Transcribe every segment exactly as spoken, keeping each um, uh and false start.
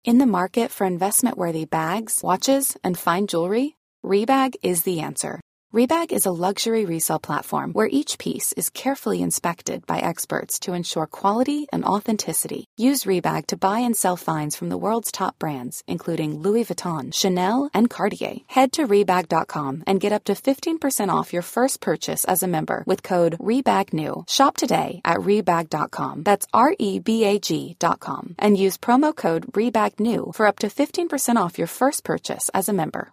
In the market for investment-worthy bags, watches, and fine jewelry, Rebag is the answer. Rebag is a luxury resale platform where each piece is carefully inspected by experts to ensure quality and authenticity. Use Rebag to buy and sell finds from the world's top brands, including Louis Vuitton, Chanel, and Cartier. Head to Rebag dot com and get up to fifteen percent off your first purchase as a member with code REBAGNEW. Shop today at Rebag dot com. That's R E B A G dot com. And use promo code REBAGNEW for up to fifteen percent off your first purchase as a member.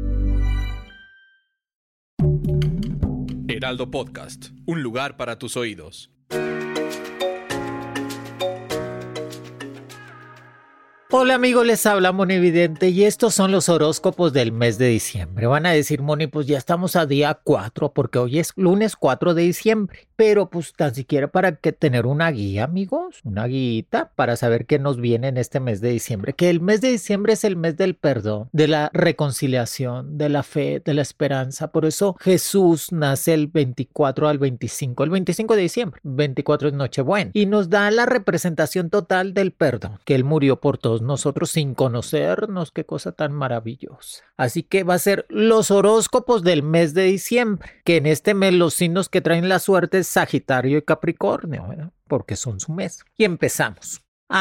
Heraldo Podcast, un lugar para tus oídos. Hola amigos, les habla Monividente y estos son los horóscopos del mes de diciembre. Van a decir, Moni, pues ya estamos a día cuatro porque hoy es lunes cuatro de diciembre. Pero pues tan siquiera para que tener una guía, amigos, una guita para saber qué nos viene en este mes de diciembre. Que el mes de diciembre es el mes del perdón, de la reconciliación, de la fe, de la esperanza. Por eso Jesús nace el veinticuatro al veinticinco, el veinticinco de diciembre. veinticuatro es Nochebuena y nos da la representación total del perdón, que Él murió por todos nosotros sin conocernos. Qué cosa tan maravillosa. Así que va a ser los horóscopos del mes de diciembre, que en este mes los signos que traen la suerte es Sagitario y Capricornio, ¿verdad? Porque son su mes. Y empezamos.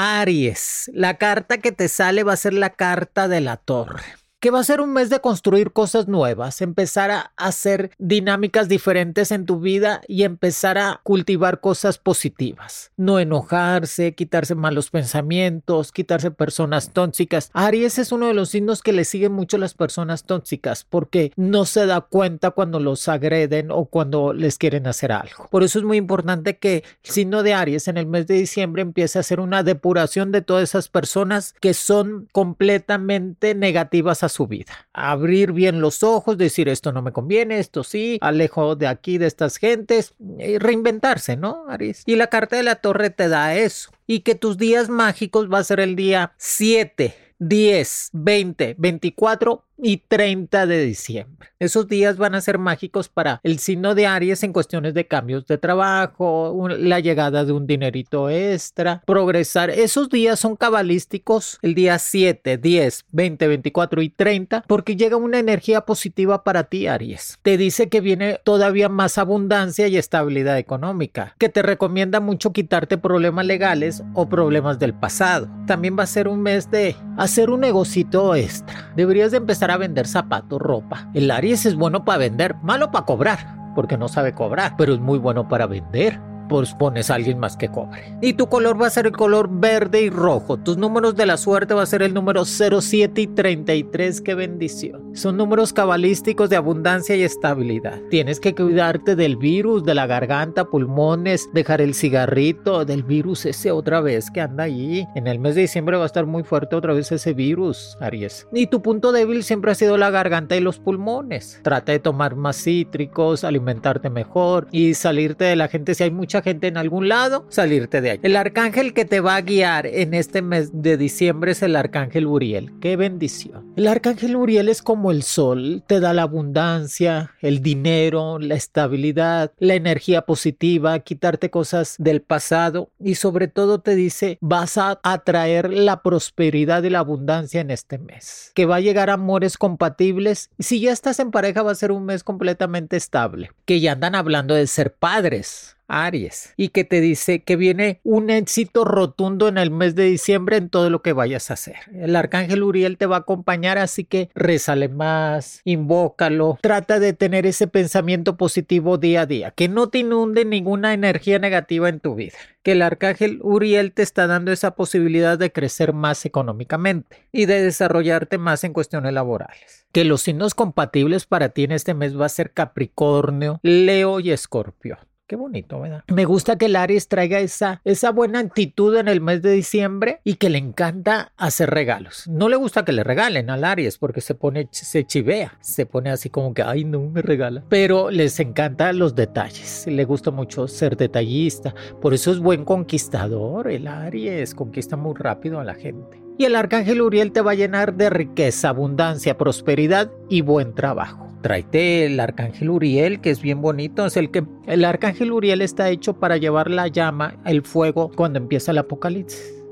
Aries, la carta que te sale va a ser la carta de la Torre. Que va a ser un mes de construir cosas nuevas, empezar a hacer dinámicas diferentes en tu vida y empezar a cultivar cosas positivas. No enojarse, quitarse malos pensamientos, quitarse personas tóxicas. Aries es uno de los signos que le siguen mucho las personas tóxicas porque no se da cuenta cuando los agreden o cuando les quieren hacer algo. Por eso es muy importante que el signo de Aries en el mes de diciembre empiece a hacer una depuración de todas esas personas que son completamente negativas a su vida. Abrir bien los ojos, decir esto no me conviene, esto sí, alejo de aquí de estas gentes, y reinventarse, ¿no, Aries? Y la carta de la Torre te da eso. Y que tus días mágicos va a ser el día siete, diez, veinte, veinticuatro y treinta de diciembre. Esos días van a ser mágicos para el signo de Aries en cuestiones de cambios de trabajo, un, la llegada de un dinerito extra, progresar. Esos días son cabalísticos, el día siete, diez, veinte, veinticuatro y treinta, porque llega una energía positiva para ti, Aries. Te dice que viene todavía más abundancia y estabilidad económica, que te recomienda mucho quitarte problemas legales o problemas del pasado. También va a ser un mes de hacer un negocito extra. Deberías de empezar a vender zapatos, ropa. El Aries es bueno para vender, malo para cobrar, porque no sabe cobrar, pero es muy bueno para vender. Pues pones a alguien más que cobre. Y tu color va a ser el color verde y rojo. Tus números de la suerte va a ser el número cero, siete y treinta y tres. ¡Qué bendición! Son números cabalísticos de abundancia y estabilidad. Tienes que cuidarte del virus, de la garganta, pulmones, dejar el cigarrito, del virus ese otra vez que anda allí. En el mes de diciembre va a estar muy fuerte otra vez ese virus, Aries. Y tu punto débil siempre ha sido la garganta y los pulmones. Trata de tomar más cítricos, alimentarte mejor y salirte de la gente. Si hay mucha gente en algún lado, salirte de ahí. El arcángel que te va a guiar en este mes de diciembre es el arcángel Uriel. ¡Qué bendición! El arcángel Uriel es como el sol, te da la abundancia, el dinero, la estabilidad, la energía positiva, quitarte cosas del pasado y sobre todo te dice, vas a atraer la prosperidad y la abundancia en este mes. Que va a llegar amores compatibles y si ya estás en pareja va a ser un mes completamente estable. Que ya andan hablando de ser padres, Aries, y que te dice que viene un éxito rotundo en el mes de diciembre en todo lo que vayas a hacer. El arcángel Uriel te va a acompañar, así que rézale más, invócalo, trata de tener ese pensamiento positivo día a día, que no te inunde ninguna energía negativa en tu vida, que el arcángel Uriel te está dando esa posibilidad de crecer más económicamente y de desarrollarte más en cuestiones laborales. Que los signos compatibles para ti en este mes va a ser Capricornio, Leo y Escorpio. Qué bonito, ¿verdad? Me gusta que el Aries traiga esa, esa buena actitud en el mes de diciembre y que le encanta hacer regalos. No le gusta que le regalen al Aries porque se pone, se chivea, se pone así como que, ay, no me regala. Pero les encantan los detalles, le gusta mucho ser detallista. Por eso es buen conquistador el Aries, conquista muy rápido a la gente. Y el arcángel Uriel te va a llenar de riqueza, abundancia, prosperidad y buen trabajo. Tráete el arcángel Uriel, que es bien bonito. Es el que el arcángel Uriel está hecho para llevar la llama, el fuego, cuando empieza el apocalipsis.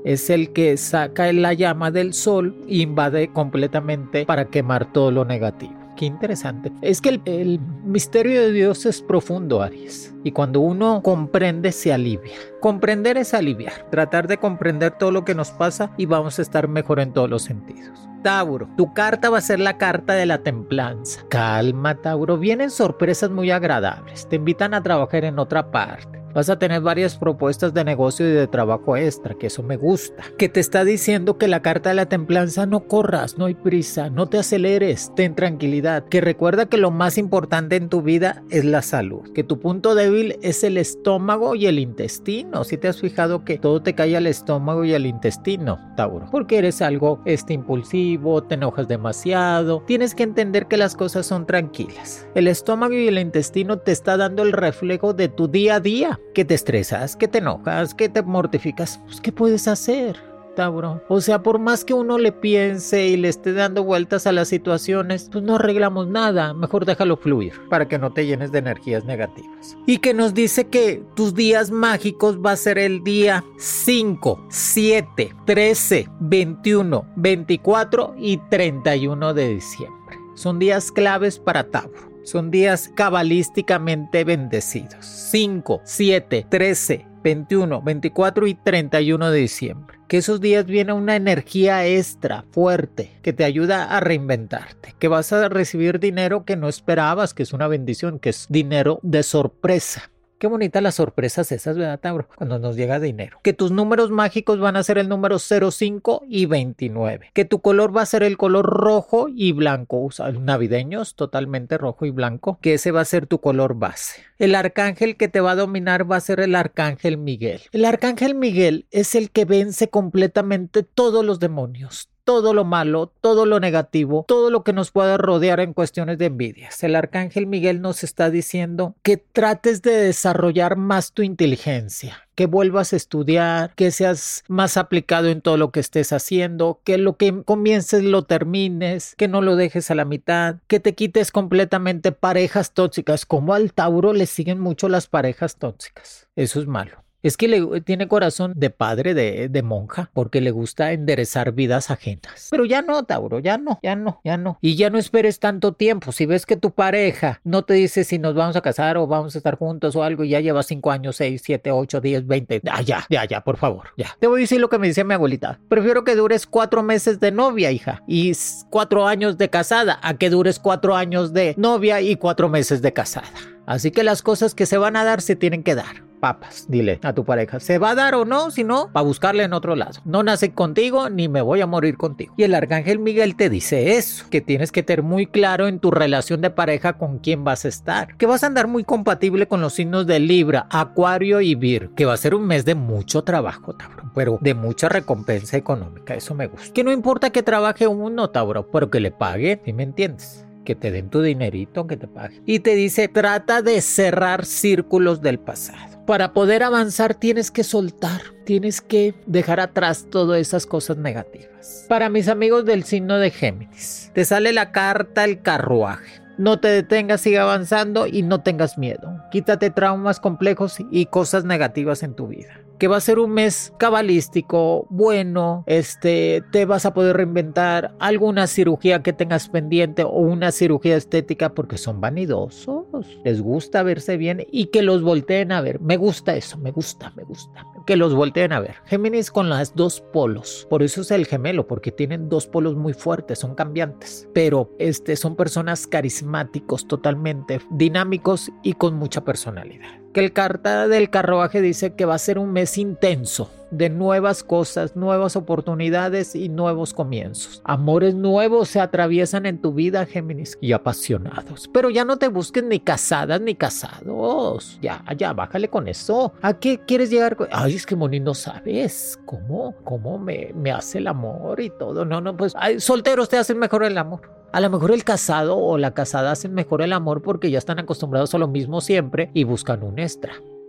es el que saca la llama del sol e invade completamente para quemar todo lo negativo. Qué interesante. Es que el, el misterio de Dios es profundo, Aries. Y cuando uno comprende, se alivia. Comprender es aliviar. Tratar de comprender todo lo que nos pasa y vamos a estar mejor en todos los sentidos. Tauro, tu carta va a ser la carta de la templanza. Calma, Tauro. Vienen sorpresas muy agradables. Te invitan a trabajar en otra parte. Vas a tener varias propuestas de negocio y de trabajo extra, que eso me gusta. Que te está diciendo que la carta de la templanza, no corras, no hay prisa, no te aceleres, ten tranquilidad. Que recuerda que lo más importante en tu vida es la salud. Que tu punto débil es el estómago y el intestino. Si te has fijado que todo te cae al estómago y al intestino, Tauro. Porque eres algo este, impulsivo, te enojas demasiado. Tienes que entender que las cosas son tranquilas. El estómago y el intestino te está dando el reflejo de tu día a día. Que te estresas, que te enojas, que te mortificas, pues ¿qué puedes hacer, Tauro? O sea, por más que uno le piense y le esté dando vueltas a las situaciones, pues no arreglamos nada, mejor déjalo fluir para que no te llenes de energías negativas. Y que nos dice que tus días mágicos va a ser el día cinco, siete, trece, veintiuno, veinticuatro y treinta y uno de diciembre. Son días claves para Tauro. Son días cabalísticamente bendecidos. cinco, siete, trece, veintiuno, veinticuatro y treinta y uno de diciembre. Que esos días viene una energía extra fuerte que te ayuda a reinventarte. Que vas a recibir dinero que no esperabas, que es una bendición, que es dinero de sorpresa. Qué bonitas las sorpresas esas, ¿verdad, Tauro? Cuando nos llega dinero. Que tus números mágicos van a ser el número cero, cinco y veintinueve. Que tu color va a ser el color rojo y blanco. O sea, navideños, totalmente rojo y blanco. Que ese va a ser tu color base. El arcángel que te va a dominar va a ser el arcángel Miguel. El arcángel Miguel es el que vence completamente todos los demonios. Todo lo malo, todo lo negativo, todo lo que nos pueda rodear en cuestiones de envidias. El arcángel Miguel nos está diciendo que trates de desarrollar más tu inteligencia, que vuelvas a estudiar, que seas más aplicado en todo lo que estés haciendo, que lo que comiences lo termines, que no lo dejes a la mitad, que te quites completamente parejas tóxicas. Como al Tauro le siguen mucho las parejas tóxicas. Eso es malo. Es que le, tiene corazón de padre, de, de monja, porque le gusta enderezar vidas ajenas. Pero ya no, Tauro, ya no, ya no, ya no. Y ya no esperes tanto tiempo. Si ves que tu pareja no te dice si nos vamos a casar o vamos a estar juntos o algo y ya llevas cinco años, seis, siete, ocho, diez, veinte. Ah, ya, ya, ya, por favor, ya. Te voy a decir lo que me decía mi abuelita. Prefiero que dures cuatro meses de novia, hija, y cuatro años de casada, a que dures cuatro años de novia y cuatro meses de casada. Así que las cosas que se van a dar se tienen que dar. Papas, dile a tu pareja, ¿se va a dar o no? Si no, para buscarle en otro lado. No nace contigo ni me voy a morir contigo. Y el arcángel Miguel te dice eso, que tienes que tener muy claro en tu relación de pareja con quién vas a estar. Que vas a andar muy compatible con los signos de Libra, Acuario y Virgo. Que va a ser un mes de mucho trabajo, Tauro, pero de mucha recompensa económica. Eso me gusta. Que no importa que trabaje uno, Tauro, pero que le pague, ¿sí me entiendes? Que te den tu dinerito, que te paguen. Y te dice, trata de cerrar círculos del pasado. Para poder avanzar tienes que soltar, tienes que dejar atrás todas esas cosas negativas. Para mis amigos del signo de Géminis, te sale la carta el carruaje. No te detengas, sigue avanzando y no tengas miedo. Quítate traumas complejos y cosas negativas en tu vida. Que va a ser un mes cabalístico, bueno, este, te vas a poder reinventar alguna cirugía que tengas pendiente o una cirugía estética porque son vanidosos, les gusta verse bien y que los volteen a ver. Me gusta eso, me gusta, me gusta. Que los volteen a ver. Géminis con las dos polos, por eso es el gemelo, porque tienen dos polos muy fuertes, son cambiantes, pero este, son personas carismáticos, totalmente dinámicos y con mucha personalidad. Que el carta del carruaje dice que va a ser un mes intenso de nuevas cosas, nuevas oportunidades y nuevos comienzos. Amores nuevos se atraviesan en tu vida, Géminis, y apasionados. Pero ya no te busques ni casadas ni casados. Ya, ya, bájale con eso. ¿A qué quieres llegar? Ay, es que Moni, no sabes cómo, cómo me, me hace el amor y todo. No, no, pues, ay, solteros te hacen mejor el amor. A lo mejor el casado o la casada hacen mejor el amor porque ya están acostumbrados a lo mismo siempre y buscan un extra.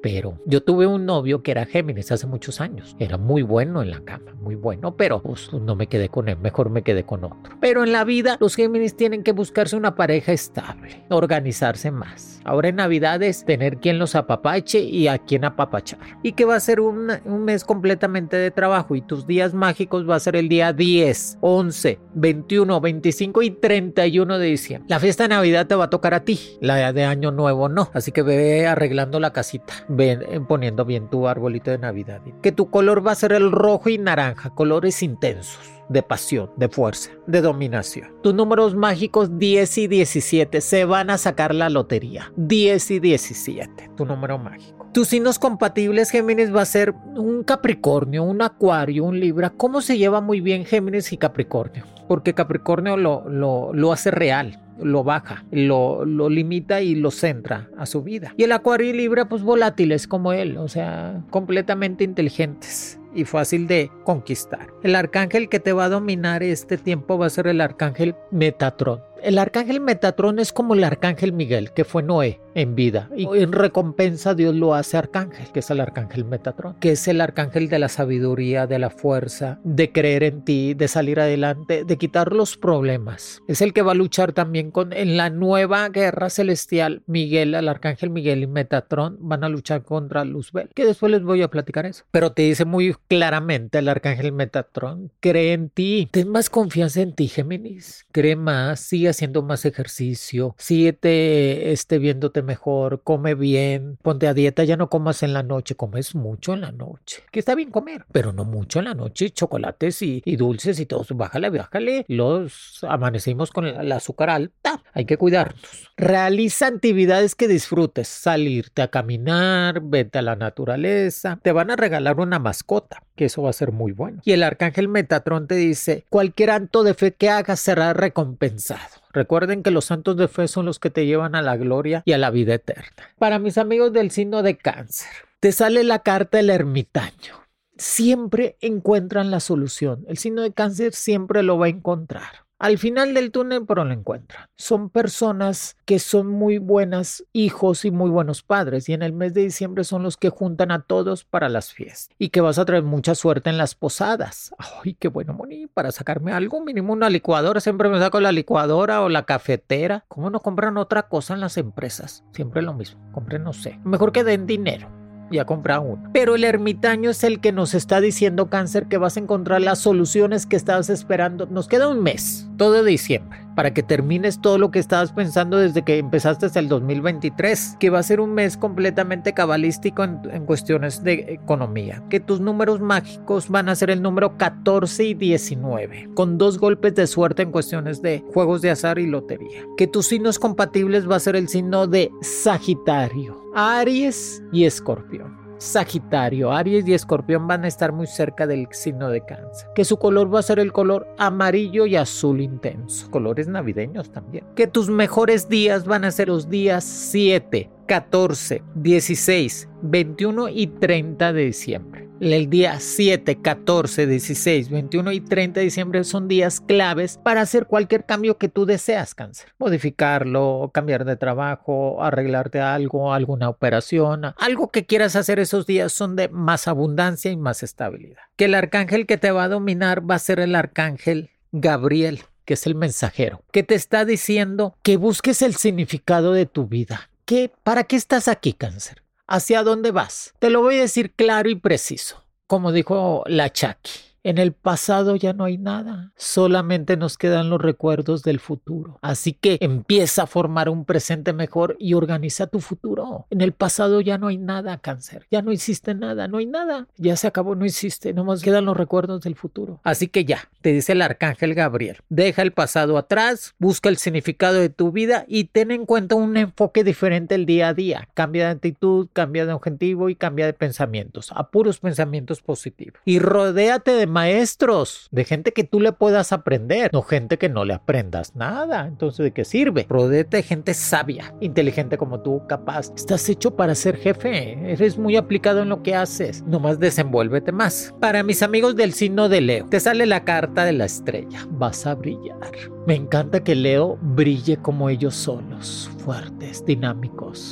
pero yo tuve un novio que era Géminis hace muchos años. Era muy bueno en la cama, muy bueno, pero pues, no me quedé con él, mejor me quedé con otro. Pero en la vida los Géminis tienen que buscarse una pareja estable, organizarse más. Ahora en Navidades, tener quien los apapache y a quien apapachar. Y que va a ser un, un mes completamente de trabajo, y tus días mágicos va a ser el día diez, once, veintiuno, veinticinco y treinta y uno de diciembre. La fiesta de Navidad te va a tocar a ti, la de Año Nuevo no, así que ve arreglando la casita, ve poniendo bien tu arbolito de Navidad. Que tu color va a ser el rojo y naranja, colores intensos, de pasión, de fuerza, de dominación. Tus números mágicos diez y diecisiete se van a sacar la lotería. diez y diecisiete, tu número mágico. Tus signos compatibles, Géminis, va a ser un Capricornio, un Acuario, un Libra. ¿Cómo se lleva muy bien Géminis y Capricornio? Porque Capricornio lo, lo, lo hace real, lo baja, lo, lo limita y lo centra a su vida. Y el Acuario y Libra, pues volátiles como él, o sea, completamente inteligentes y fácil de conquistar. El arcángel que te va a dominar este tiempo va a ser el arcángel Metatrón. El arcángel Metatrón es como el arcángel Miguel, que fue Noé en vida, y en recompensa Dios lo hace arcángel, que es el arcángel Metatrón, que es el arcángel de la sabiduría, de la fuerza, de creer en ti, de salir adelante, de quitar los problemas. Es el que va a luchar también con, en la nueva guerra celestial. Miguel, el arcángel Miguel y Metatrón van a luchar contra Luzbel, que después les voy a platicar eso. Pero te dice muy claramente el arcángel Metatrón: cree en ti, ten más confianza en ti, Géminis, cree más, sigue haciendo más ejercicio, síguete este, viéndote mejor, come bien, ponte a dieta, ya no comas en la noche, comes mucho en la noche, que está bien comer, pero no mucho en la noche, chocolates y, y dulces y todo, bájale, bájale, los amanecimos con el, el azúcar alta, hay que cuidarnos. Realiza actividades que disfrutes, salirte a caminar, vete a la naturaleza, te van a regalar una mascota, que eso va a ser muy bueno. Y el arcángel Metatrón te dice: cualquier acto de fe que hagas será recompensado. Recuerden que los santos de fe son los que te llevan a la gloria y a la vida eterna. Para mis amigos del signo de Cáncer, te sale la carta del ermitaño. Siempre encuentran la solución. El signo de Cáncer siempre lo va a encontrar. Al final del túnel, pero lo encuentran. Son personas que son muy buenas hijos y muy buenos padres, y en el mes de diciembre son los que juntan a todos para las fiestas, y que vas a traer mucha suerte en las posadas. Ay, qué bueno, Moni, para sacarme algo, mínimo una licuadora. Siempre me saco la licuadora o la cafetera. ¿Cómo no compran otra cosa en las empresas? Siempre lo mismo, compren, no sé, mejor que den dinero. Ya compra uno. Pero el ermitaño es el que nos está diciendo, Cáncer, que vas a encontrar las soluciones que estabas esperando. Nos queda un mes, todo diciembre, para que termines todo lo que estabas pensando desde que empezaste hasta el dos mil veintitrés, que va a ser un mes completamente cabalístico en, en cuestiones de economía. Que tus números mágicos van a ser el número catorce y diecinueve, con dos golpes de suerte en cuestiones de juegos de azar y lotería. Que tus signos compatibles va a ser el signo de Sagitario, Aries y Escorpión. Sagitario, Aries y Escorpión van a estar muy cerca del signo de Cáncer. Que su color va a ser el color amarillo y azul intenso, colores navideños también. Que tus mejores días van a ser los días siete, catorce, dieciséis, veintiuno y treinta de diciembre. El día siete, catorce, dieciséis, veintiuno y treinta de diciembre son días claves para hacer cualquier cambio que tú deseas, Cáncer. Modificarlo, cambiar de trabajo, arreglarte algo, alguna operación, algo que quieras hacer esos días son de más abundancia y más estabilidad. Que el arcángel que te va a dominar va a ser el arcángel Gabriel, que es el mensajero, que te está diciendo que busques el significado de tu vida. ¿Qué? ¿Para qué estás aquí, Cáncer? ¿Hacia dónde vas? Te lo voy a decir claro y preciso. Como dijo la Chucky, en el pasado ya no hay nada, solamente nos quedan los recuerdos del futuro. Así que empieza a formar un presente mejor y organiza tu futuro. En el pasado ya no hay nada, Cáncer, ya no hiciste nada, no hay nada, ya se acabó, no hiciste, nomás quedan los recuerdos del futuro. Así que ya, te dice el arcángel Gabriel, deja el pasado atrás, busca el significado de tu vida y ten en cuenta un enfoque diferente el día a día. Cambia de actitud, cambia de objetivo y cambia de pensamientos, a puros pensamientos positivos. Y rodéate de maestros, de gente que tú le puedas aprender, no gente que no le aprendas nada. Entonces, ¿de qué sirve? Rodéate de gente sabia, inteligente como tú, capaz. Estás hecho para ser jefe, eres muy aplicado en lo que haces, nomás desenvuélvete más. Para mis amigos del signo de Leo, te sale la carta de la estrella, vas a brillar. Me encanta que Leo brille como ellos solos, fuertes, dinámicos,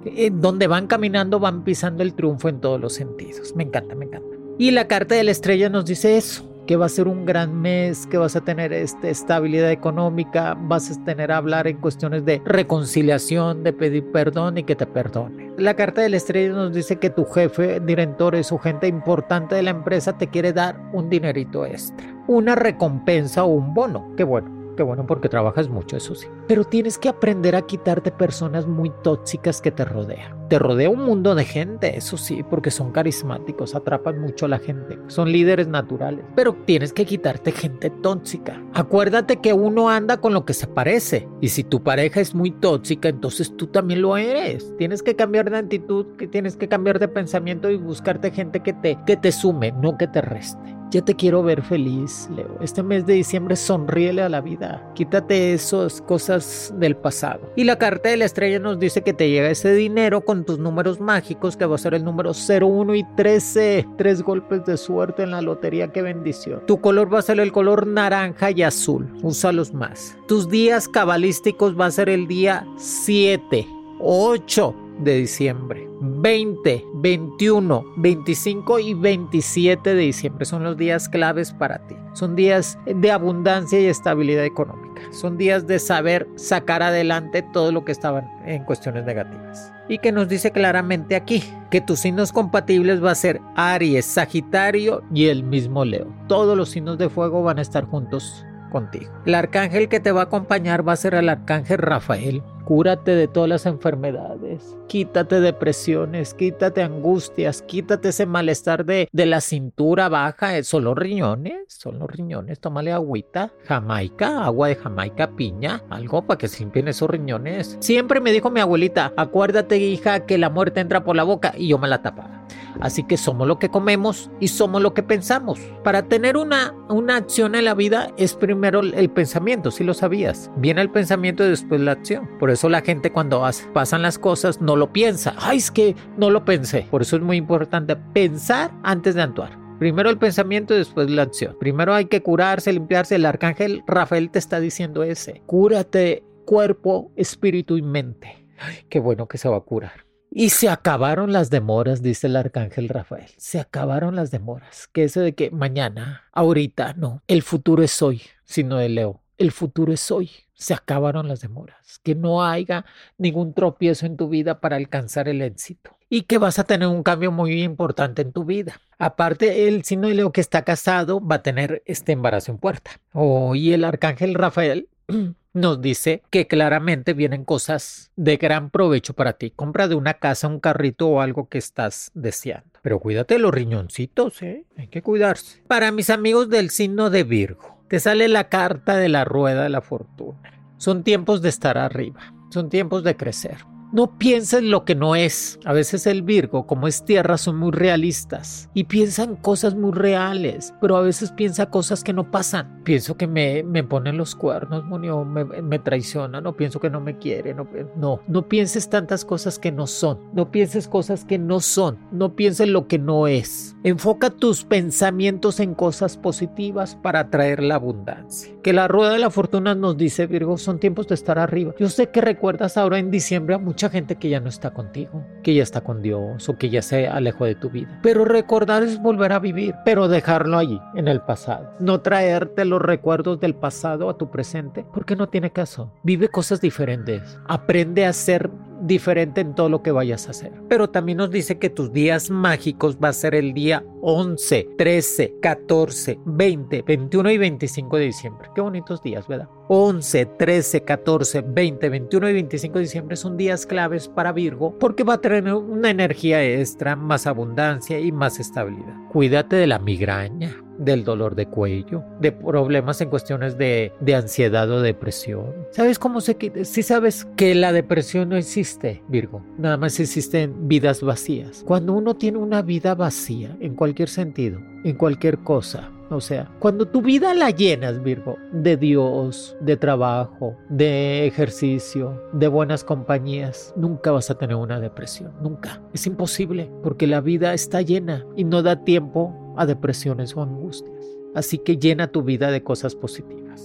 Eh, donde van caminando van pisando el triunfo en todos los sentidos. Me encanta, me encanta. Y la carta de la estrella nos dice eso, que va a ser un gran mes, que vas a tener este, estabilidad económica, vas a tener a hablar en cuestiones de reconciliación, de pedir perdón y que te perdone. La carta de la estrella nos dice que tu jefe, directores o gente importante de la empresa te quiere dar un dinerito extra, una recompensa o un bono. Qué bueno. Qué bueno porque trabajas mucho, eso sí. Pero tienes que aprender a quitarte personas muy tóxicas que te rodean. Te rodea un mundo de gente, eso sí, porque son carismáticos, atrapan mucho a la gente. Son líderes naturales. Pero tienes que quitarte gente tóxica. Acuérdate que uno anda con lo que se parece. Y si tu pareja es muy tóxica, entonces tú también lo eres. Tienes que cambiar de actitud, que tienes que cambiar de pensamiento y buscarte gente que te, que te sume, no que te reste. Ya te quiero ver feliz, Leo. Este mes de diciembre sonríele a la vida. Quítate esas cosas del pasado. Y la carta de la estrella nos dice que te llega ese dinero con tus números mágicos, que va a ser el número cero, uno y trece. Tres golpes de suerte en la lotería. ¡Qué bendición! Tu color va a ser el color naranja y azul. Úsalos más. Tus días cabalísticos va a ser el día siete, ocho de diciembre, veinte, veintiuno, veinticinco y veintisiete de diciembre. Son los días claves para ti. Son días de abundancia y estabilidad económica. Son días de saber sacar adelante todo lo que estaban en cuestiones negativas. Y que nos dice claramente aquí que tus signos compatibles va a ser Aries, Sagitario y el mismo Leo. Todos los signos de fuego van a estar juntos contigo. El arcángel que te va a acompañar va a ser el arcángel Rafael. Cúrate de todas las enfermedades, quítate depresiones, quítate angustias, quítate ese malestar de, de la cintura baja. Son los riñones, son los riñones. Tómale agüita, Jamaica, agua de Jamaica, piña, algo para que se limpien esos riñones. Siempre me dijo mi abuelita, acuérdate, hija, que la muerte entra por la boca, y yo me la tapaba. Así que somos lo que comemos y somos lo que pensamos. Para tener una, una acción en la vida es primero el pensamiento, si lo sabías. Viene el pensamiento y después la acción. Por eso la gente cuando pasan las cosas no lo piensa. Ay, es que no lo pensé. Por eso es muy importante pensar antes de actuar. Primero el pensamiento y después la acción. Primero hay que curarse, limpiarse. El arcángel Rafael te está diciendo ese. Cúrate cuerpo, espíritu y mente. Ay, qué bueno que se va a curar. Y se acabaron las demoras, dice el arcángel Rafael. Se acabaron las demoras. Que eso de que mañana, ahorita, no. El futuro es hoy, sino de Leo. El futuro es hoy. Se acabaron las demoras. Que no haya ningún tropiezo en tu vida para alcanzar el éxito. Y que vas a tener un cambio muy importante en tu vida. Aparte, el signo de Leo que está casado va a tener este embarazo en puerta. Oh, y el arcángel Rafael nos dice que claramente vienen cosas de gran provecho para ti. Compra de una casa, un carrito o algo que estás deseando. Pero cuídate de los riñoncitos, ¿eh? Hay que cuidarse. Para mis amigos del signo de Virgo, te sale la carta de la rueda de la fortuna. Son tiempos de estar arriba. Son tiempos de crecer. No pienses lo que no es. A veces el Virgo, como es tierra, son muy realistas y piensan cosas muy reales, pero a veces piensa cosas que no pasan. Pienso que me, me ponen los cuernos, Monio, me, me traicionan, no pienso que no me quiere. No, no, no pienses tantas cosas que no son. No pienses cosas que no son. No pienses lo que no es. Enfoca tus pensamientos en cosas positivas para atraer la abundancia. Que la rueda de la fortuna nos dice, Virgo, son tiempos de estar arriba. Yo sé que recuerdas ahora en diciembre a mucha gente que ya no está contigo, que ya está con Dios o que ya se alejó de tu vida. Pero recordar es volver a vivir, pero dejarlo allí, en el pasado. No traerte los recuerdos del pasado a tu presente, porque no tiene caso. Vive cosas diferentes. Aprende a ser diferente en todo lo que vayas a hacer. Pero también nos dice que tus días mágicos va a ser el día once, trece, catorce, veinte, veintiuno y veinticinco de diciembre. Qué bonitos días, ¿verdad? once, trece, catorce, veinte, veintiuno y veinticinco de diciembre son días claves para Virgo porque va a tener una energía extra, más abundancia y más estabilidad. Cuídate de la migraña, del dolor de cuello, de problemas en cuestiones de, de ansiedad o depresión. ¿Sabes cómo se quita? Si sabes que la depresión no existe, Virgo, nada más existen vidas vacías. Cuando uno tiene una vida vacía, en cualquier sentido, en cualquier cosa, o sea, cuando tu vida la llenas, Virgo, de Dios, de trabajo, de ejercicio, de buenas compañías, nunca vas a tener una depresión, nunca. Es imposible, porque la vida está llena y no da tiempo a depresiones o angustias. Así que llena tu vida de cosas positivas.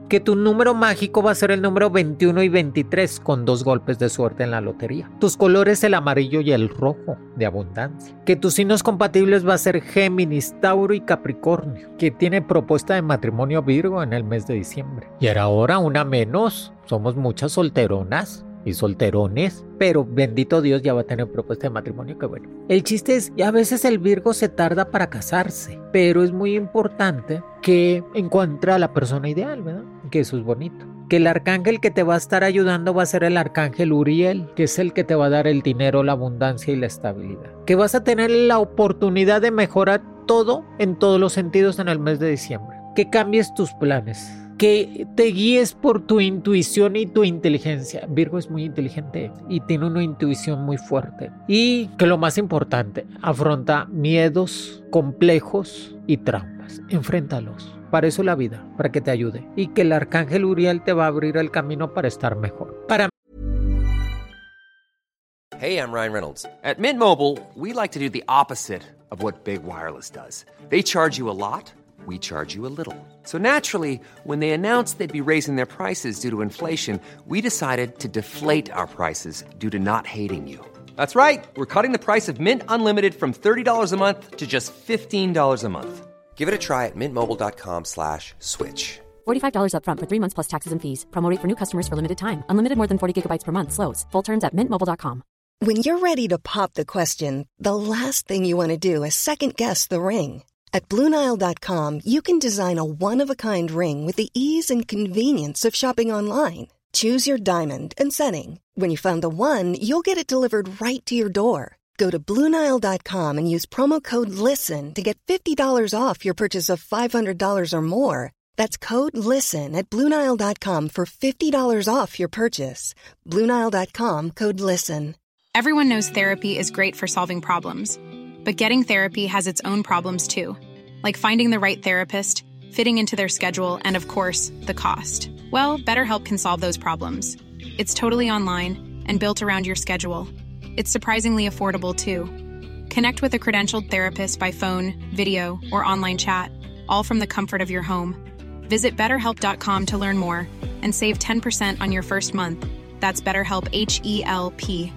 Que tu número mágico va a ser el número veintiuno y veintitrés con dos golpes de suerte en la lotería. Tus colores el amarillo y el rojo de abundancia. Que tus signos compatibles va a ser Géminis, Tauro y Capricornio. Que tiene propuesta de matrimonio Virgo en el mes de diciembre. Y ahora una menos. Somos muchas solteronas y solterones, pero bendito Dios ya va a tener propuesta de matrimonio, que bueno. El chiste es que a veces el Virgo se tarda para casarse, pero es muy importante que encuentre a la persona ideal, ¿verdad? Que eso es bonito. Que el arcángel que te va a estar ayudando va a ser el arcángel Uriel, que es el que te va a dar el dinero, la abundancia y la estabilidad. Que vas a tener la oportunidad de mejorar todo en todos los sentidos en el mes de diciembre. Que cambies tus planes. Que te guíes por tu intuición y tu inteligencia. Virgo es muy inteligente y tiene una intuición muy fuerte. Y que lo más importante, afronta miedos, complejos y traumas. Enfréntalos. Para eso la vida, para que te ayude. Y que el arcángel Uriel te va a abrir el camino para estar mejor. Para Hey, I'm Ryan Reynolds. At Mint Mobile, we like to do the opposite of what Big Wireless does. They charge you a lot. We charge you a little. So naturally, when they announced they'd be raising their prices due to inflation, we decided to deflate our prices due to not hating you. That's right. We're cutting the price of Mint Unlimited from thirty dollars a month to just fifteen dollars a month. Give it a try at mintmobile.com slash switch. forty-five dollars up front for three months plus taxes and fees. Promo rate for new customers for limited time. Unlimited more than forty gigabytes per month slows. Full terms at mint mobile dot com. When you're ready to pop the question, the last thing you want to do is second-guess the ring. At Blue Nile dot com, you can design a one-of-a-kind ring with the ease and convenience of shopping online. Choose your diamond and setting. When you find the one, you'll get it delivered right to your door. Go to Blue Nile dot com and use promo code LISTEN to get fifty dollars off your purchase of five hundred dollars or more. That's code LISTEN at Blue Nile dot com for fifty dollars off your purchase. Blue Nile dot com, code LISTEN. Everyone knows therapy is great for solving problems. But getting therapy has its own problems too, like finding the right therapist, fitting into their schedule, and of course, the cost. Well, BetterHelp can solve those problems. It's totally online and built around your schedule. It's surprisingly affordable too. Connect with a credentialed therapist by phone, video, or online chat, all from the comfort of your home. Visit better help dot com to learn more and save ten percent on your first month. That's BetterHelp, H E L P.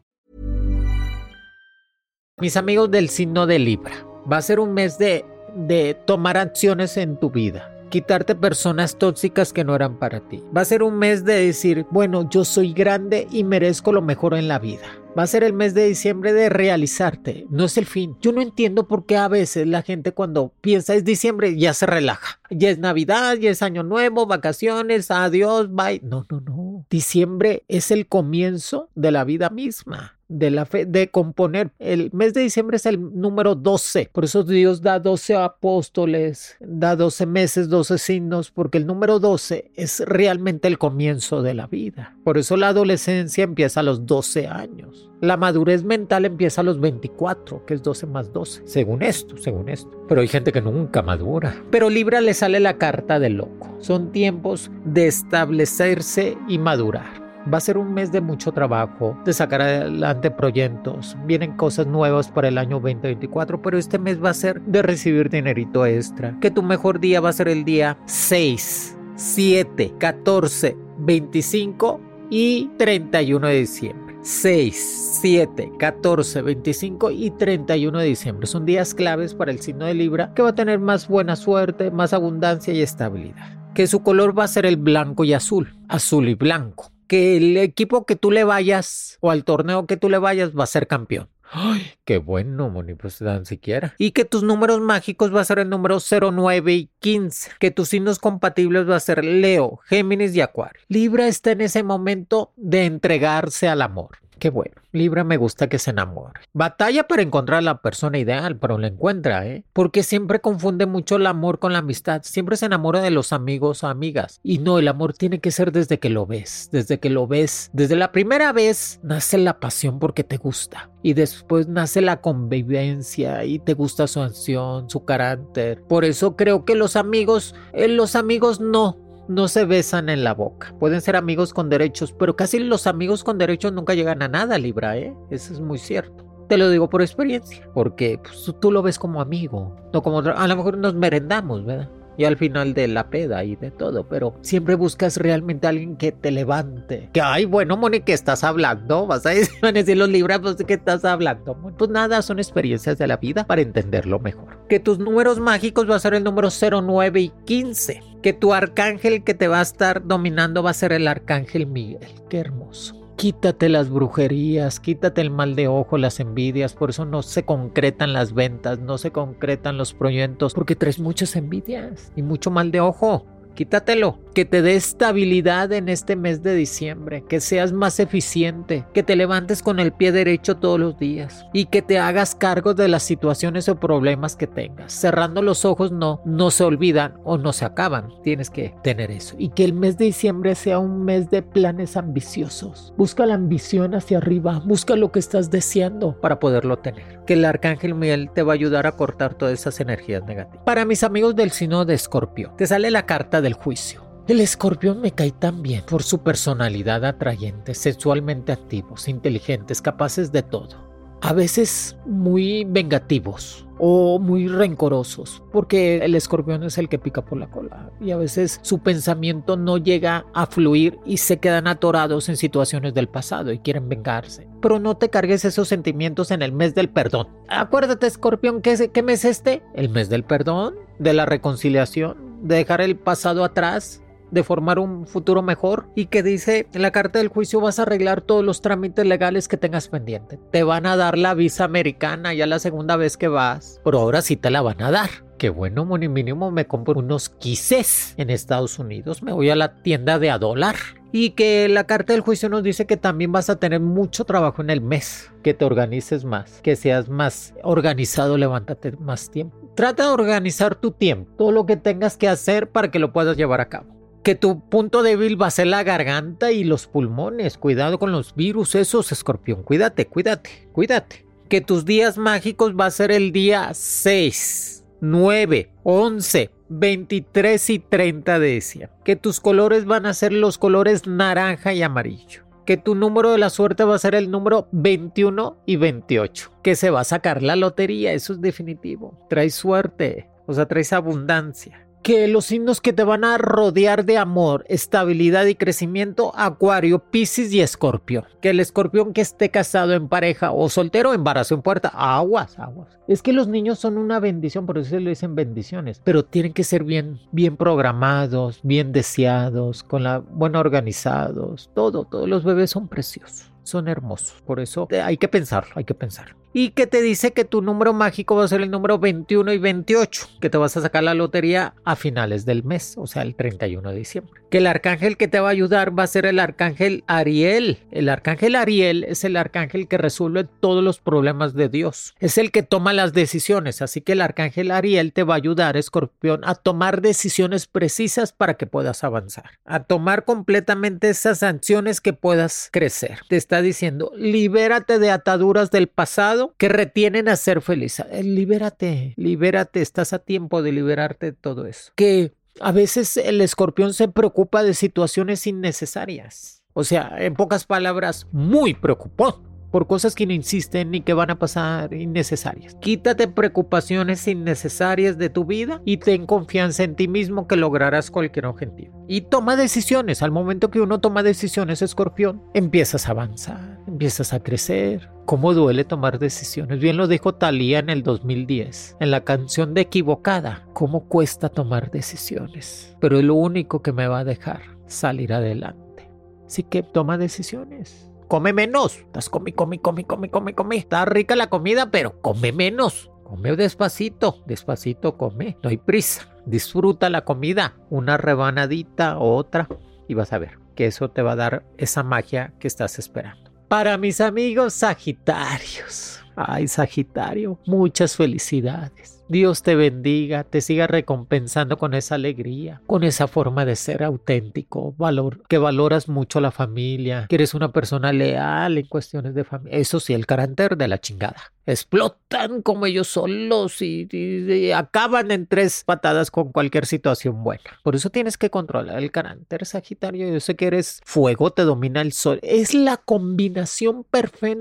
mis amigos del signo de Libra, va a ser un mes de, de tomar acciones en tu vida. Quitarte personas tóxicas que no eran para ti. Va a ser un mes de decir, bueno, yo soy grande y merezco lo mejor en la vida. Va a ser el mes de diciembre de realizarte, no es el fin. Yo no entiendo por qué a veces la gente cuando piensa es diciembre ya se relaja. Ya es Navidad, ya es Año Nuevo, vacaciones, adiós, bye. No, no, no. Diciembre es el comienzo de la vida misma. De la fe, de componer. El mes de diciembre es el número doce. Por eso Dios da doce apóstoles, da doce meses, doce signos, porque el número doce es realmente el comienzo de la vida. Por eso la adolescencia empieza a los doce años. La madurez mental empieza a los veinticuatro, que es doce más doce. Según esto, según esto. Pero hay gente que nunca madura. Pero Libra le sale la carta del loco. Son tiempos de establecerse y madurar. Va a ser un mes de mucho trabajo, de sacar adelante proyectos. Vienen cosas nuevas para el año veinte veinticuatro, pero este mes va a ser de recibir dinerito extra. Que tu mejor día va a ser el día seis, siete, catorce, veinticinco y treinta y uno de diciembre. seis, siete, catorce, veinticinco y treinta y uno de diciembre. Son días claves para el signo de Libra, que va a tener más buena suerte, más abundancia y estabilidad. Que su color va a ser el blanco y azul, azul y blanco. Que el equipo que tú le vayas o al torneo que tú le vayas va a ser campeón. ¡Ay, qué bueno, Moni! Pues tan siquiera. Y que tus números mágicos va a ser el número cero, nueve y quince. Que tus signos compatibles va a ser Leo, Géminis y Acuario. Libra está en ese momento de entregarse al amor. Qué bueno. Libra me gusta que se enamore. Batalla para encontrar a la persona ideal, pero la encuentra, ¿eh? Porque siempre confunde mucho el amor con la amistad. Siempre se enamora de los amigos o amigas. Y no, el amor tiene que ser desde que lo ves. Desde que lo ves. Desde la primera vez nace la pasión porque te gusta. Y después nace la convivencia y te gusta su acción, su carácter. Por eso creo que los amigos, eh, los amigos no. No se besan en la boca. Pueden ser amigos con derechos, pero casi los amigos con derechos nunca llegan a nada, Libra, ¿eh? Eso es muy cierto. Te lo digo por experiencia, porque pues, tú lo ves como amigo, no como a lo mejor nos merendamos, ¿verdad? y al final de la peda y de todo, pero siempre buscas realmente a alguien que te levante. Que, ay, bueno, Moni, ¿qué estás hablando? Vas a decir, van a decir los libros, pues, ¿de qué estás hablando, Moni? Pues nada, son experiencias de la vida para entenderlo mejor. Que tus números mágicos va a ser el número cero, nueve y quince. Que tu arcángel que te va a estar dominando va a ser el arcángel Miguel. Qué hermoso. Quítate las brujerías, quítate el mal de ojo, las envidias, por eso no se concretan las ventas, no se concretan los proyectos, porque traes muchas envidias y mucho mal de ojo. Quítatelo, que te dé estabilidad en este mes de diciembre, que seas más eficiente, que te levantes con el pie derecho todos los días y que te hagas cargo de las situaciones o problemas que tengas. Cerrando los ojos no, no se olvidan o no se acaban, tienes que tener eso. Y que el mes de diciembre sea un mes de planes ambiciosos. Busca la ambición hacia arriba, busca lo que estás deseando para poderlo tener. Que el arcángel Miguel te va a ayudar a cortar todas esas energías negativas. Para mis amigos del signo de Escorpio, te sale la carta del juicio. El escorpión me cae tan bien por su personalidad atrayente, sexualmente activos, inteligentes, capaces de todo. A veces muy vengativos o muy rencorosos, porque el escorpión es el que pica por la cola y a veces su pensamiento no llega a fluir y se quedan atorados en situaciones del pasado y quieren vengarse. Pero no te cargues esos sentimientos en el mes del perdón. Acuérdate, escorpión, ¿qué, qué mes es este? El mes del perdón, de la reconciliación, de dejar el pasado atrás, de formar un futuro mejor. Y que dice en la carta del juicio, vas a arreglar todos los trámites legales que tengas pendiente. Te van a dar la visa americana ya la segunda vez que vas, pero ahora sí te la van a dar. Qué bueno, Moni, mínimo me compro unos quises en Estados Unidos, me voy a la tienda de a dólar. Y que la carta del juicio nos dice que también vas a tener mucho trabajo en el mes, que te organices más, que seas más organizado, levántate más tiempo. Trata de organizar tu tiempo, todo lo que tengas que hacer para que lo puedas llevar a cabo. Que tu punto débil va a ser la garganta y los pulmones. Cuidado con los virus esos, escorpión. Cuídate, cuídate, cuídate. Que tus días mágicos va a ser el día seis, nueve, once, veintitrés y treinta de diciembre. Que tus colores van a ser los colores naranja y amarillo. Que tu número de la suerte va a ser el número veintiuno y veintiocho. Que se va a sacar la lotería, eso es definitivo. Traes suerte, o sea, traes abundancia. Que los signos que te van a rodear de amor, estabilidad y crecimiento, Acuario, Piscis y Escorpión. Que el escorpión que esté casado, en pareja o soltero, embarazo en puerta, aguas, aguas. Es que los niños son una bendición, por eso se le dicen bendiciones, pero tienen que ser bien, bien programados, bien deseados, con la bueno organizados, todo, todos los bebés son preciosos. Son hermosos, por eso hay que pensarlo, hay que pensarlo. Y que te dice que tu número mágico va a ser el número veintiuno y veintiocho, que te vas a sacar la lotería a finales del mes, o sea, el treinta y uno de diciembre. Que el arcángel que te va a ayudar va a ser el arcángel Ariel. El arcángel Ariel es el arcángel que resuelve todos los problemas de Dios. Es el que toma las decisiones, así que el arcángel Ariel te va a ayudar, escorpión, a tomar decisiones precisas para que puedas avanzar. A tomar completamente esas acciones que puedas crecer. Te está diciendo, libérate de ataduras del pasado que retienen a ser feliz. Libérate, libérate, estás a tiempo de liberarte de todo eso. Que a veces el escorpión se preocupa de situaciones innecesarias. O sea, en pocas palabras, muy preocupón por cosas que no insisten ni que van a pasar innecesarias. Quítate preocupaciones innecesarias de tu vida y ten confianza en ti mismo que lograrás cualquier objetivo. Y toma decisiones. Al momento que uno toma decisiones, escorpión, empiezas a avanzar, empiezas a crecer. ¿Cómo duele tomar decisiones? Bien lo dijo Thalía en el dos mil diez, en la canción de Equivocada. ¿Cómo cuesta tomar decisiones? Pero es lo único que me va a dejar salir adelante. Así que toma decisiones. Come menos. Estás come, come, come, come, come, come. Está rica la comida, pero come menos. Come despacito, despacito come. No hay prisa. Disfruta la comida. Una rebanadita, otra. Y vas a ver que eso te va a dar esa magia que estás esperando. Para mis amigos Sagitarios. Ay, Sagitario, muchas felicidades. Dios te bendiga, te siga recompensando con esa alegría, con esa forma de ser auténtico, valor, que valoras mucho la familia, que eres una persona leal en cuestiones de familia. Eso sí, el carácter de la chingada. Explotan como ellos solos y, y, y acaban en tres patadas con cualquier situación buena. Por eso tienes que controlar el carácter, Sagitario. Yo sé que eres fuego, te domina el sol. Es la combinación perfecta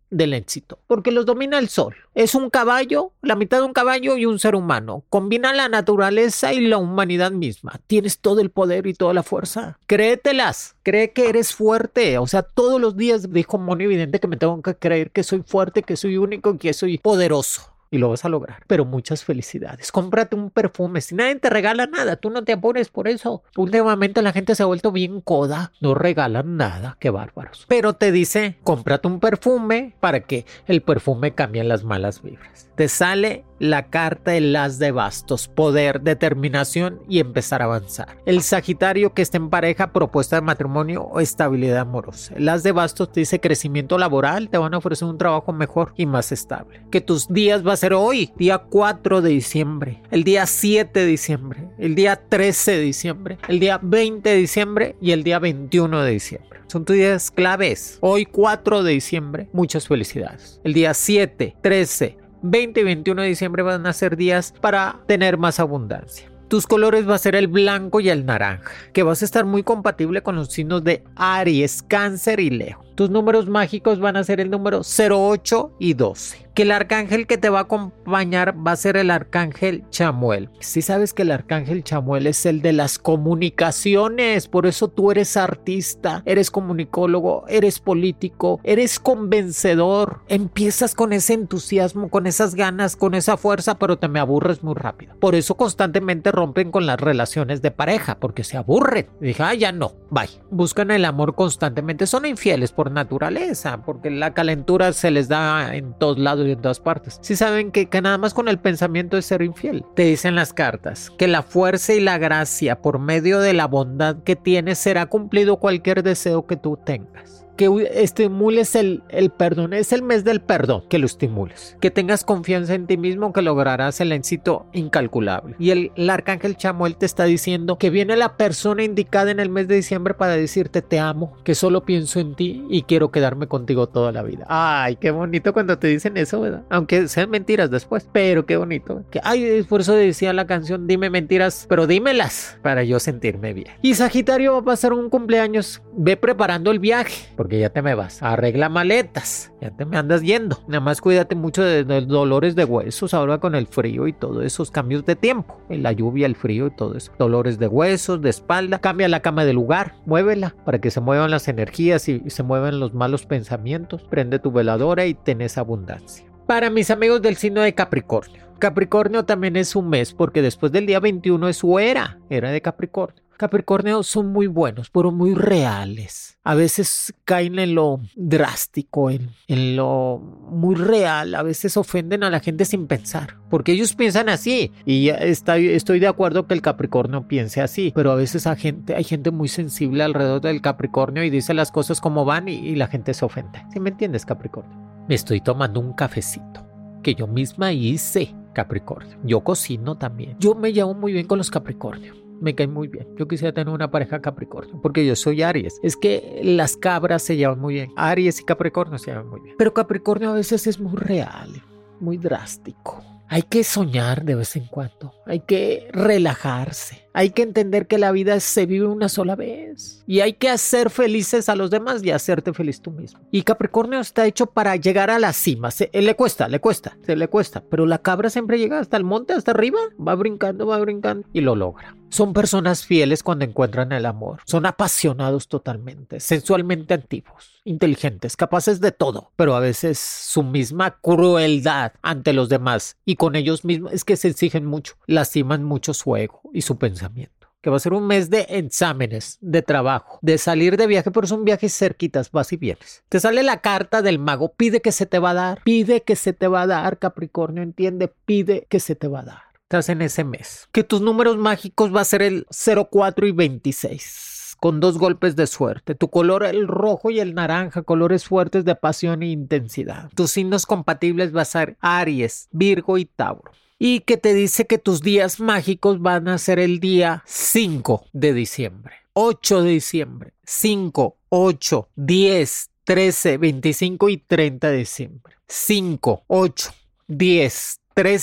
del éxito, porque los domina el sol. Es un caballo, la mitad de un caballo y un ser humano. Combina la naturaleza y la humanidad misma. Tienes todo el poder y toda la fuerza. Créetelas. Cree que eres fuerte. O sea, todos los días dijo Moni Vidente que me tengo que creer que soy fuerte, que soy único, que soy poderoso. Y lo vas a lograr. Pero muchas felicidades. Cómprate un perfume. Si nadie te regala nada, tú no te apures por eso. Últimamente la gente se ha vuelto bien coda. No regalan nada. Qué bárbaros. Pero te dice, cómprate un perfume para que el perfume cambie las malas vibras. Te sale la carta del as de bastos, poder, determinación y empezar a avanzar. El Sagitario que está en pareja, propuesta de matrimonio o estabilidad amorosa. El as de bastos te dice crecimiento laboral, te van a ofrecer un trabajo mejor y más estable. Que tus días va a ser hoy, día cuatro de diciembre, el día siete de diciembre, el día trece de diciembre, el día veinte de diciembre y el día veintiuno de diciembre. Son tus días claves. Hoy cuatro de diciembre, muchas felicidades. El día siete, trece, veinte y veintiuno de diciembre van a ser días para tener más abundancia. Tus colores va a ser el blanco y el naranja, que vas a estar muy compatible con los signos de Aries, Cáncer y Leo. Tus números mágicos van a ser el número cero, ocho y doce. Que el arcángel que te va a acompañar va a ser el arcángel Chamuel. Si sabes que el arcángel Chamuel es el de las comunicaciones, por eso tú eres artista, eres comunicólogo, eres político, eres convencedor. Empiezas con ese entusiasmo, con esas ganas, con esa fuerza, pero te me aburres muy rápido. Por eso constantemente rompen con las relaciones de pareja, porque se aburren. Dije, ah, ya no, bye. Buscan el amor constantemente, son infieles por naturaleza, porque la calentura se les da en todos lados y en todas partes. Si saben que, que nada más con el pensamiento es ser infiel. Te dicen las cartas que la fuerza y la gracia por medio de la bondad que tienes será cumplido cualquier deseo que tú tengas. Que estimules el, el perdón. Es el mes del perdón, que lo estimules. Que tengas confianza en ti mismo, que lograrás el éxito incalculable. Y el, el arcángel Chamuel te está diciendo que viene la persona indicada en el mes de diciembre para decirte te amo, que solo pienso en ti y quiero quedarme contigo toda la vida. Ay, qué bonito cuando te dicen eso, ¿verdad? Aunque sean mentiras después, pero qué bonito. Que, ay, por eso decía la canción, dime mentiras, pero dímelas para yo sentirme bien. Y Sagitario va a pasar un cumpleaños. Ve preparando el viaje, porque ya te me vas. Arregla maletas, ya te me andas yendo. Nada más cuídate mucho de, de dolores de huesos ahora con el frío y todos esos cambios de tiempo. La lluvia, el frío y todo eso. Dolores de huesos, de espalda. Cambia la cama de lugar, muévela para que se muevan las energías y, y se muevan los malos pensamientos. Prende tu veladora y tenés abundancia. Para mis amigos del signo de Capricornio. Capricornio también es un mes porque después del día veintiuno es su era, era de Capricornio. Capricornio son muy buenos, pero muy reales. A veces caen en lo drástico, en, en lo muy real. A veces ofenden a la gente sin pensar, porque ellos piensan así. Y está, estoy de acuerdo que el Capricornio piense así, pero a veces hay gente, hay gente muy sensible alrededor del Capricornio y dice las cosas como van y, y la gente se ofende. ¿Sí me entiendes, Capricornio? Me estoy tomando un cafecito que yo misma hice, Capricornio. Yo cocino también. Yo me llevo muy bien con los Capricornio. Me cae muy bien. Yo quisiera tener una pareja Capricornio, porque yo soy Aries. Es que las cabras se llevan muy bien. Aries y Capricornio se llevan muy bien. Pero Capricornio a veces es muy real, muy drástico. Hay que soñar de vez en cuando. Hay que relajarse. Hay que entender que la vida se vive una sola vez. Y hay que hacer felices a los demás y hacerte feliz tú mismo. Y Capricornio está hecho para llegar a la cima. Se, le cuesta, le cuesta, se le cuesta. Pero la cabra siempre llega hasta el monte, hasta arriba. Va brincando, va brincando y lo logra. Son personas fieles cuando encuentran el amor. Son apasionados totalmente, sensualmente antiguos, inteligentes, capaces de todo. Pero a veces su misma crueldad ante los demás y con ellos mismos es que se exigen mucho. Lastiman mucho su ego y su pensamiento. Que va a ser un mes de exámenes, de trabajo, de salir de viaje, pero son viajes cerquitas, vas y vienes. Te sale la carta del mago, pide que se te va a dar, pide que se te va a dar, Capricornio, entiende, pide que se te va a dar. Estás en ese mes. Que tus números mágicos va a ser el cero, cuatro y veintiséis. Con dos golpes de suerte. Tu color, el rojo y el naranja, colores fuertes de pasión e intensidad. Tus signos compatibles va a ser Aries, Virgo y Tauro. Y que te dice que tus días mágicos van a ser el día cinco de diciembre, ocho de diciembre, cinco, ocho, diez, trece, veinticinco y treinta de diciembre. cinco, ocho, diez, trece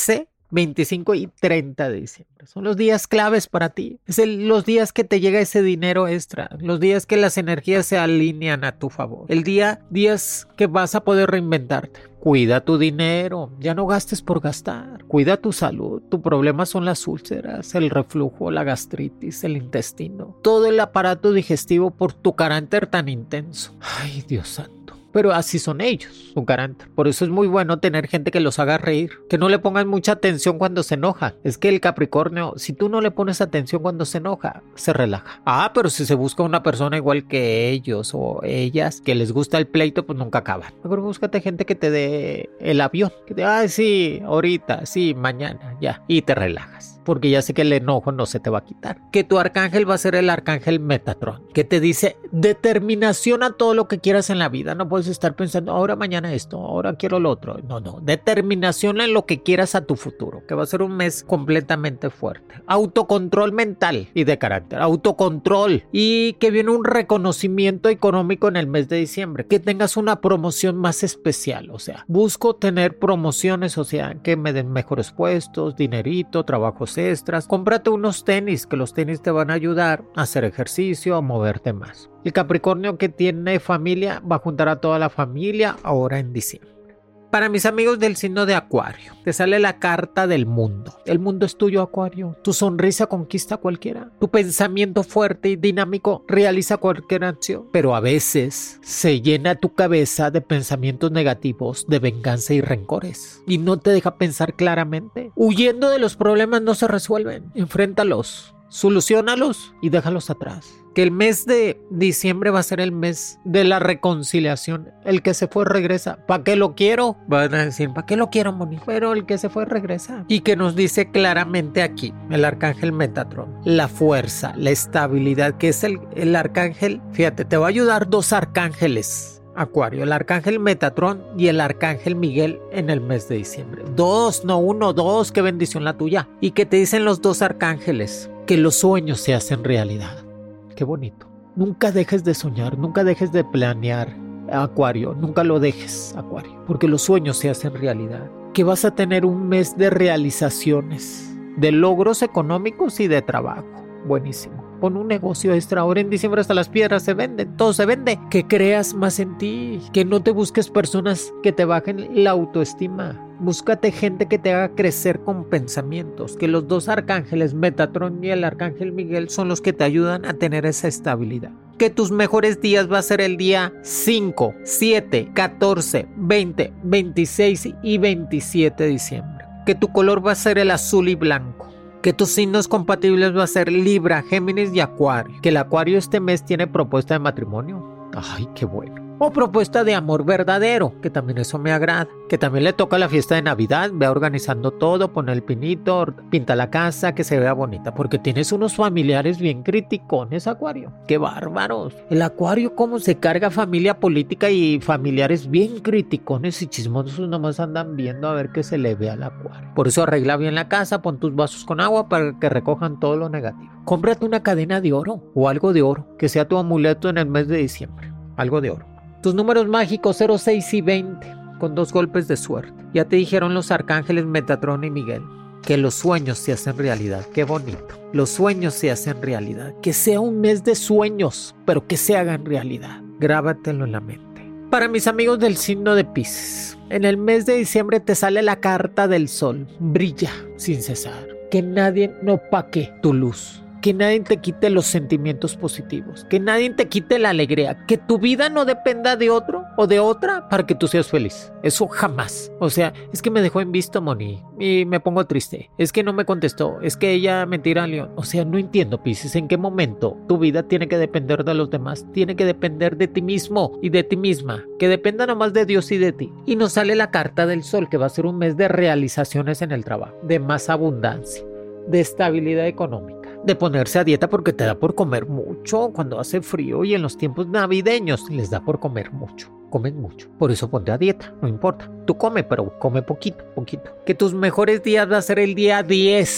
veinticinco y treinta de diciembre. Son los días claves para ti. Es el, los días que te llega ese dinero extra. Los días que las energías se alinean a tu favor. El día, días que vas a poder reinventarte. Cuida tu dinero, ya no gastes por gastar. Cuida tu salud. Tu problema son las úlceras, el reflujo, la gastritis, el intestino. Todo el aparato digestivo por tu carácter tan intenso. Ay, Dios santo. Pero así son ellos, su carácter. Por eso es muy bueno tener gente que los haga reír, que no le pongan mucha atención cuando se enoja. Es que el Capricornio, si tú no le pones atención cuando se enoja, se relaja. Ah, pero si se busca una persona igual que ellos o ellas, que les gusta el pleito, pues nunca acaban. Mejor búscate gente que te dé el avión. Que te, ah, sí, ahorita, sí, mañana, ya. Y te relajas. Porque ya sé que el enojo no se te va a quitar. Que tu arcángel va a ser el arcángel Metatron, que te dice determinación a todo lo que quieras en la vida. No puedes estar pensando, ahora mañana esto, ahora quiero lo otro. No, no, determinación en lo que quieras a tu futuro, que va a ser un mes completamente fuerte. Autocontrol mental y de carácter, autocontrol, y que viene un reconocimiento económico en el mes de diciembre, que tengas una promoción más especial. O sea, busco tener promociones, o sea, que me den mejores puestos, dinerito, trabajos extras. Cómprate unos tenis, que los tenis te van a ayudar a hacer ejercicio, a moverte más. El Capricornio que tiene familia va a juntar a toda la familia ahora en diciembre. Para mis amigos del signo de Acuario, te sale la carta del mundo. El mundo es tuyo, Acuario. Tu sonrisa conquista a cualquiera. Tu pensamiento fuerte y dinámico realiza cualquier acción. Pero a veces se llena tu cabeza de pensamientos negativos, de venganza y rencores. Y no te deja pensar claramente. Huyendo de los problemas no se resuelven. Enfréntalos, soluciónalos y déjalos atrás. Que el mes de diciembre va a ser el mes de la reconciliación. El que se fue regresa. ¿Para qué lo quiero? Van a decir, ¿para qué lo quiero, Moni? Pero el que se fue regresa. Y que nos dice claramente aquí, el arcángel Metatron, la fuerza, la estabilidad, que es el, el arcángel. Fíjate, te va a ayudar dos arcángeles, Acuario, el arcángel Metatron y el arcángel Miguel en el mes de diciembre. Dos, no uno, dos, qué bendición la tuya. Y que te dicen los dos arcángeles que los sueños se hacen realidad. Qué bonito. Nunca dejes de soñar, nunca dejes de planear, Acuario. Nunca lo dejes, Acuario, porque los sueños se hacen realidad. Que vas a tener un mes de realizaciones, de logros económicos y de trabajo. Buenísimo. Pon un negocio extra. Ahora en diciembre hasta las piedras se venden, todo se vende. Que creas más en ti, que no te busques personas que te bajen la autoestima. Búscate gente que te haga crecer con pensamientos. Que los dos arcángeles, Metatron y el arcángel Miguel, son los que te ayudan a tener esa estabilidad. Que tus mejores días va a ser el día cinco, siete, catorce, veinte, veintiséis y veintisiete de diciembre. Que tu color va a ser el azul y blanco. Que tus signos compatibles va a ser Libra, Géminis y Acuario. Que el Acuario este mes tiene propuesta de matrimonio. Ay, qué bueno. O propuesta de amor verdadero, que también eso me agrada. Que también le toca la fiesta de Navidad. Ve organizando todo, pone el pinito, pinta la casa, que se vea bonita. Porque tienes unos familiares bien criticones, Acuario. ¡Qué bárbaros! El Acuario como se carga familia política y familiares bien criticones y chismosos nomás andan viendo a ver qué se le ve al Acuario. Por eso arregla bien la casa, pon tus vasos con agua para que recojan todo lo negativo. Cómprate una cadena de oro o algo de oro, que sea tu amuleto en el mes de diciembre. Algo de oro. Tus números mágicos cero, seis y veinte, con dos golpes de suerte. Ya te dijeron los arcángeles Metatron y Miguel que los sueños se hacen realidad. Qué bonito. Los sueños se hacen realidad. Que sea un mes de sueños, pero que se hagan realidad. Grábatelo en la mente. Para mis amigos del signo de Piscis, en el mes de diciembre te sale la carta del sol. Brilla sin cesar. Que nadie no opaque tu luz. Que nadie te quite los sentimientos positivos, que nadie te quite la alegría, que tu vida no dependa de otro o de otra para que tú seas feliz. Eso jamás. O sea, es que me dejó en visto, Moni, y me pongo triste. Es que no me contestó, es que ella me tira a león. O sea, no entiendo, Piscis, en qué momento tu vida tiene que depender de los demás. Tiene que depender de ti mismo y de ti misma. Que dependa nomás de Dios y de ti. Y nos sale la carta del sol, que va a ser un mes de realizaciones en el trabajo, de más abundancia, de estabilidad económica. De ponerse a dieta porque te da por comer mucho cuando hace frío y en los tiempos navideños les da por comer mucho. Comen mucho. Por eso ponte a dieta, no importa. Tú come, pero come poquito, poquito. Que tus mejores días va a ser el día diez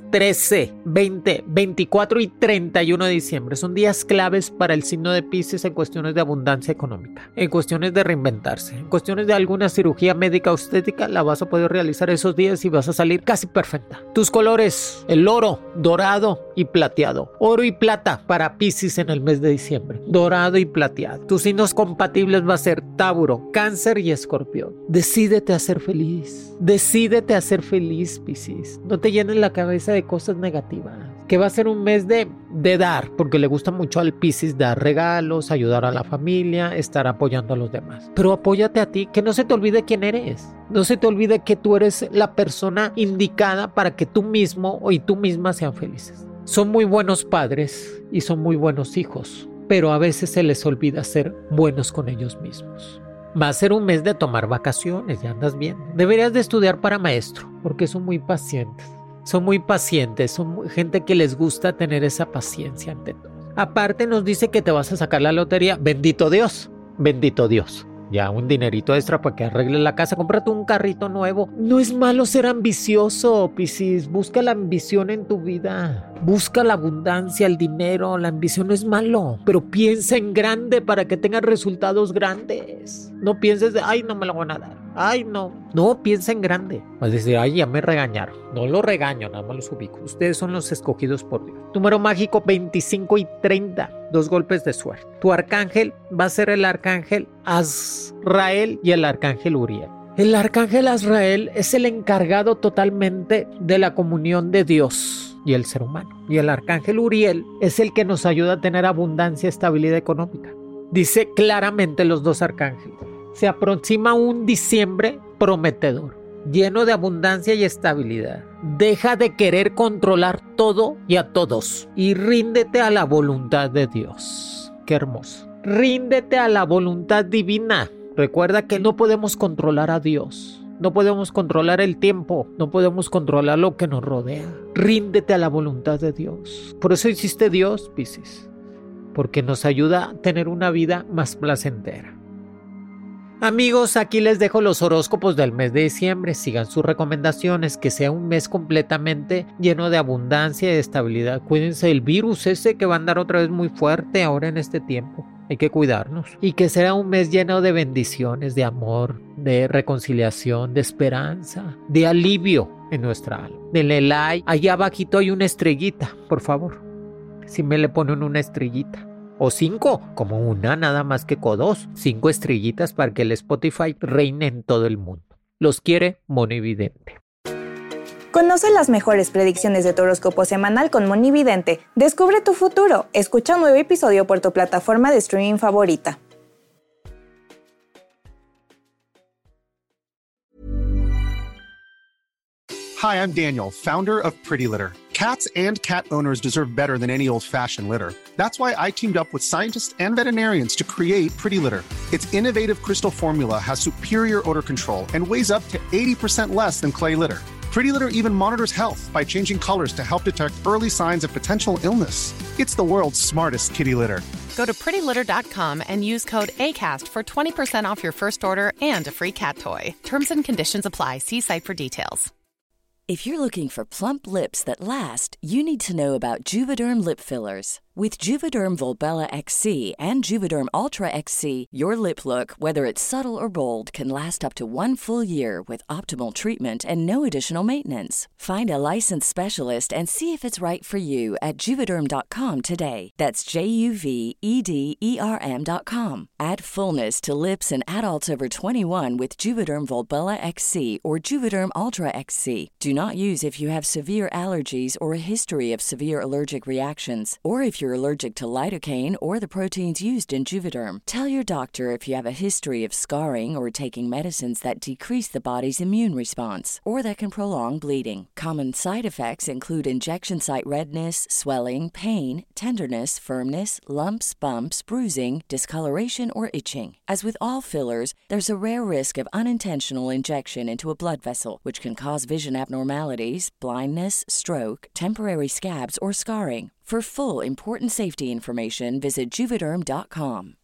trece, veinte, veinticuatro y treinta y uno de diciembre son días claves para el signo de Piscis en cuestiones de abundancia económica, en cuestiones de reinventarse, en cuestiones de alguna cirugía médica o estética. La vas a poder realizar esos días y vas a salir casi perfecta. Tus colores: el oro, dorado y plateado. Oro y plata para Piscis en el mes de diciembre. Dorado y plateado. Tus signos compatibles va a ser Tauro, Cáncer y Escorpión. Decídete a ser feliz. Decídete a ser feliz, Piscis. No te llenes la cabeza de cosas negativas. Que va a ser un mes de, de dar, porque le gusta mucho al Piscis dar regalos, ayudar a la familia, estar apoyando a los demás. Pero apóyate a ti, que no se te olvide quién eres. No se te olvide que tú eres la persona indicada para que tú mismo y tú misma sean felices. Son muy buenos padres y son muy buenos hijos, pero a veces se les olvida ser buenos con ellos mismos. Va a ser un mes de tomar vacaciones, ya andas bien. Deberías de estudiar para maestro, porque son muy pacientes. Son muy pacientes, son muy, gente que les gusta tener esa paciencia ante todo. Aparte nos dice que te vas a sacar la lotería. Bendito Dios, bendito Dios. Ya un dinerito extra para que arregles la casa. Cómprate un carrito nuevo. No es malo ser ambicioso, Piscis. Busca la ambición en tu vida. Busca la abundancia, el dinero. La ambición no es malo. Pero piensa en grande para que tengas resultados grandes. No pienses de, ay, no me lo van a dar. Ay, no. No, piensa en grande. Vas a decir, ay, ya me regañaron. No lo regaño, nada más los ubico. Ustedes son los escogidos por Dios. Número mágico veinticinco y treinta. Dos golpes de suerte. Tu arcángel va a ser el arcángel Azrael y el arcángel Uriel. El arcángel Azrael es el encargado totalmente de la comunión de Dios y el ser humano. Y el arcángel Uriel es el que nos ayuda a tener abundancia y estabilidad económica. Dice claramente los dos arcángeles. Se aproxima un diciembre prometedor, lleno de abundancia y estabilidad. Deja de querer controlar todo y a todos y ríndete a la voluntad de Dios. Qué hermoso. Ríndete a la voluntad divina. Recuerda que no podemos controlar a Dios. No podemos controlar el tiempo. No podemos controlar lo que nos rodea. Ríndete a la voluntad de Dios. Por eso existe Dios, Piscis. Porque nos ayuda a tener una vida más placentera. Amigos, aquí les dejo los horóscopos del mes de diciembre. Sigan sus recomendaciones, que sea un mes completamente lleno de abundancia y de estabilidad. Cuídense del virus ese que va a andar otra vez muy fuerte ahora en este tiempo. Hay que cuidarnos. Y que sea un mes lleno de bendiciones, de amor, de reconciliación, de esperanza, de alivio en nuestra alma. Denle like. Allá abajito hay una estrellita, por favor. Si me le ponen una estrellita. O cinco, como una, nada más que con dos. Cinco estrellitas para que el Spotify reine en todo el mundo. Los quiere Monividente. Conoce las mejores predicciones de tu horóscopo semanal con Monividente. Descubre tu futuro. Escucha un nuevo episodio por tu plataforma de streaming favorita. Hi, I'm Daniel, founder of Pretty Litter. Cats and cat owners deserve better than any old-fashioned litter. That's why I teamed up with scientists and veterinarians to create Pretty Litter. Its innovative crystal formula has superior odor control and weighs up to eighty percent less than clay litter. Pretty Litter even monitors health by changing colors to help detect early signs of potential illness. It's the world's smartest kitty litter. Go to pretty litter dot com and use code ACAST for twenty percent off your first order and a free cat toy. Terms and conditions apply. See site for details. If you're looking for plump lips that last, you need to know about Juvederm lip fillers. With Juvederm Volbella X C and Juvederm Ultra X C, your lip look, whether it's subtle or bold, can last up to one full year with optimal treatment and no additional maintenance. Find a licensed specialist and see if it's right for you at Juvederm dot com today. That's J U V E D E R M dot com. Add fullness to lips in adults over twenty-one with Juvederm Volbella X C or Juvederm Ultra X C. Do not use if you have severe allergies or a history of severe allergic reactions, or if you're allergic to lidocaine or the proteins used in Juvederm. Tell your doctor if you have a history of scarring or taking medicines that decrease the body's immune response or that can prolong bleeding. Common side effects include injection site redness, swelling, pain, tenderness, firmness, lumps, bumps, bruising, discoloration, or itching. As with all fillers, there's a rare risk of unintentional injection into a blood vessel, which can cause vision abnormalities, blindness, stroke, temporary scabs, or scarring. For full, important safety information, visit Juvederm dot com.